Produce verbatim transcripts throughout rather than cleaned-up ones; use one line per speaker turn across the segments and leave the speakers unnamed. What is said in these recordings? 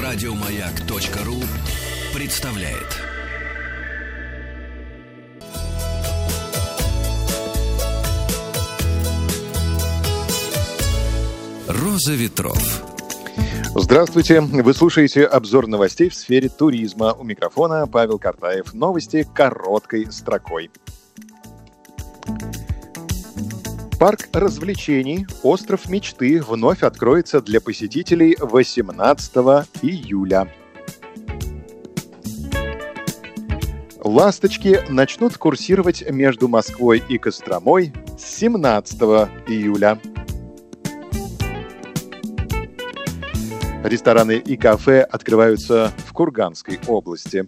Радиомаяк.ру представляет. Роза ветров.
Здравствуйте! Вы слушаете обзор новостей в сфере туризма. У микрофона Павел Картаев. Новости короткой строкой. Парк развлечений «Остров мечты» вновь откроется для посетителей восемнадцатого июля. «Ласточки» начнут курсировать между Москвой и Костромой с семнадцатого июля. Рестораны и кафе открываются в Курганской области.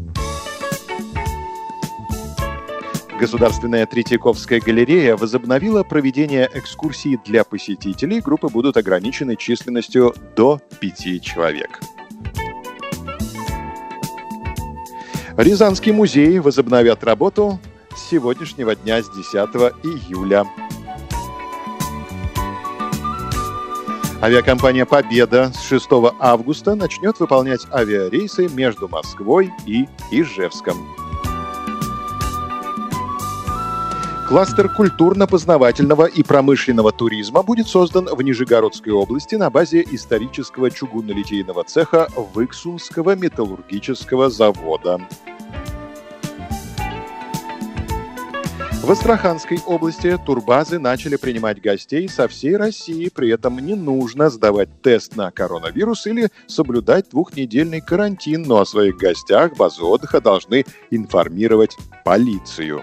Государственная Третьяковская галерея возобновила проведение экскурсий для посетителей. Группы будут ограничены численностью до пяти человек. Рязанский музей возобновят работу с сегодняшнего дня, с десятого июля. Авиакомпания «Победа» с шестого августа начнет выполнять авиарейсы между Москвой и Ижевском. Кластер культурно-познавательного и промышленного туризма будет создан в Нижегородской области на базе исторического чугунно-литейного цеха Выксунского металлургического завода. В Астраханской области турбазы начали принимать гостей со всей России, при этом не нужно сдавать тест на коронавирус или соблюдать двухнедельный карантин, но о своих гостях базы отдыха должны информировать полицию.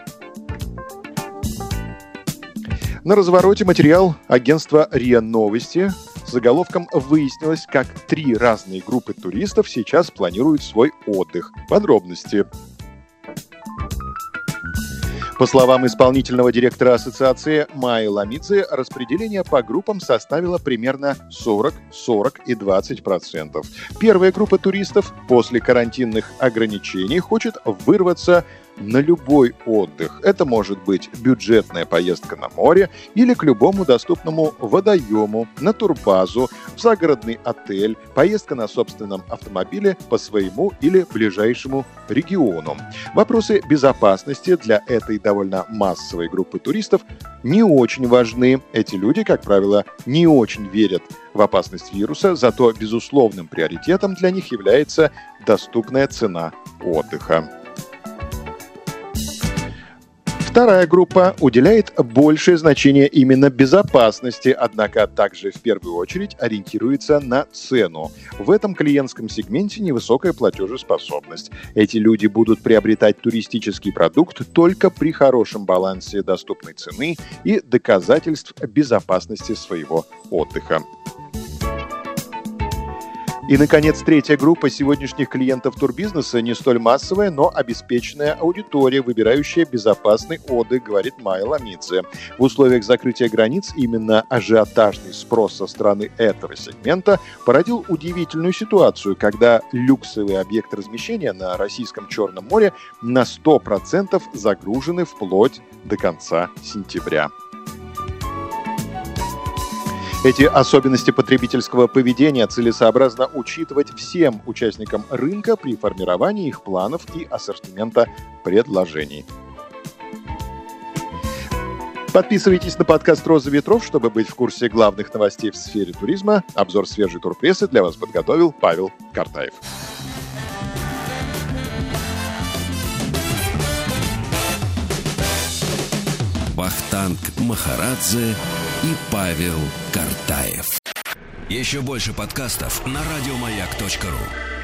На развороте материал агентства РИА Новости с заголовком «Выяснилось, как три разные группы туристов сейчас планируют свой отдых». Подробности. По словам исполнительного директора ассоциации Майи Ламидзе, распределение по группам составило примерно сорок, сорок и двадцать процентов. Первая группа туристов после карантинных ограничений хочет вырваться на любой отдых. Это может быть бюджетная поездка на море или к любому доступному водоему, на турбазу, в загородный отель, поездка на собственном автомобиле по своему или ближайшему региону. Вопросы безопасности для этой довольно массовой группы туристов не очень важны. Эти люди, как правило, не очень верят в опасность вируса, зато безусловным приоритетом для них является доступная цена отдыха. Вторая группа уделяет большее значение именно безопасности, однако также в первую очередь ориентируется на цену. В этом клиентском сегменте невысокая платежеспособность. Эти люди будут приобретать туристический продукт только при хорошем балансе доступной цены и доказательств безопасности своего отдыха. И, наконец, третья группа сегодняшних клиентов турбизнеса не столь массовая, но обеспеченная аудитория, выбирающая безопасный отдых, говорит Майя Ламидзе. В условиях закрытия границ именно ажиотажный спрос со стороны этого сегмента породил удивительную ситуацию, когда люксовые объекты размещения на российском Черном море на сто процентов загружены вплоть до конца сентября. Эти особенности потребительского поведения целесообразно учитывать всем участникам рынка при формировании их планов и ассортимента предложений. Подписывайтесь на подкаст «Роза ветров», чтобы быть в курсе главных новостей в сфере туризма. Обзор свежей турпрессы для вас подготовил Павел Картаев.
Вахтанг Махарадзе и Павел Картаев. Еще больше подкастов на радиомаяк точка ру.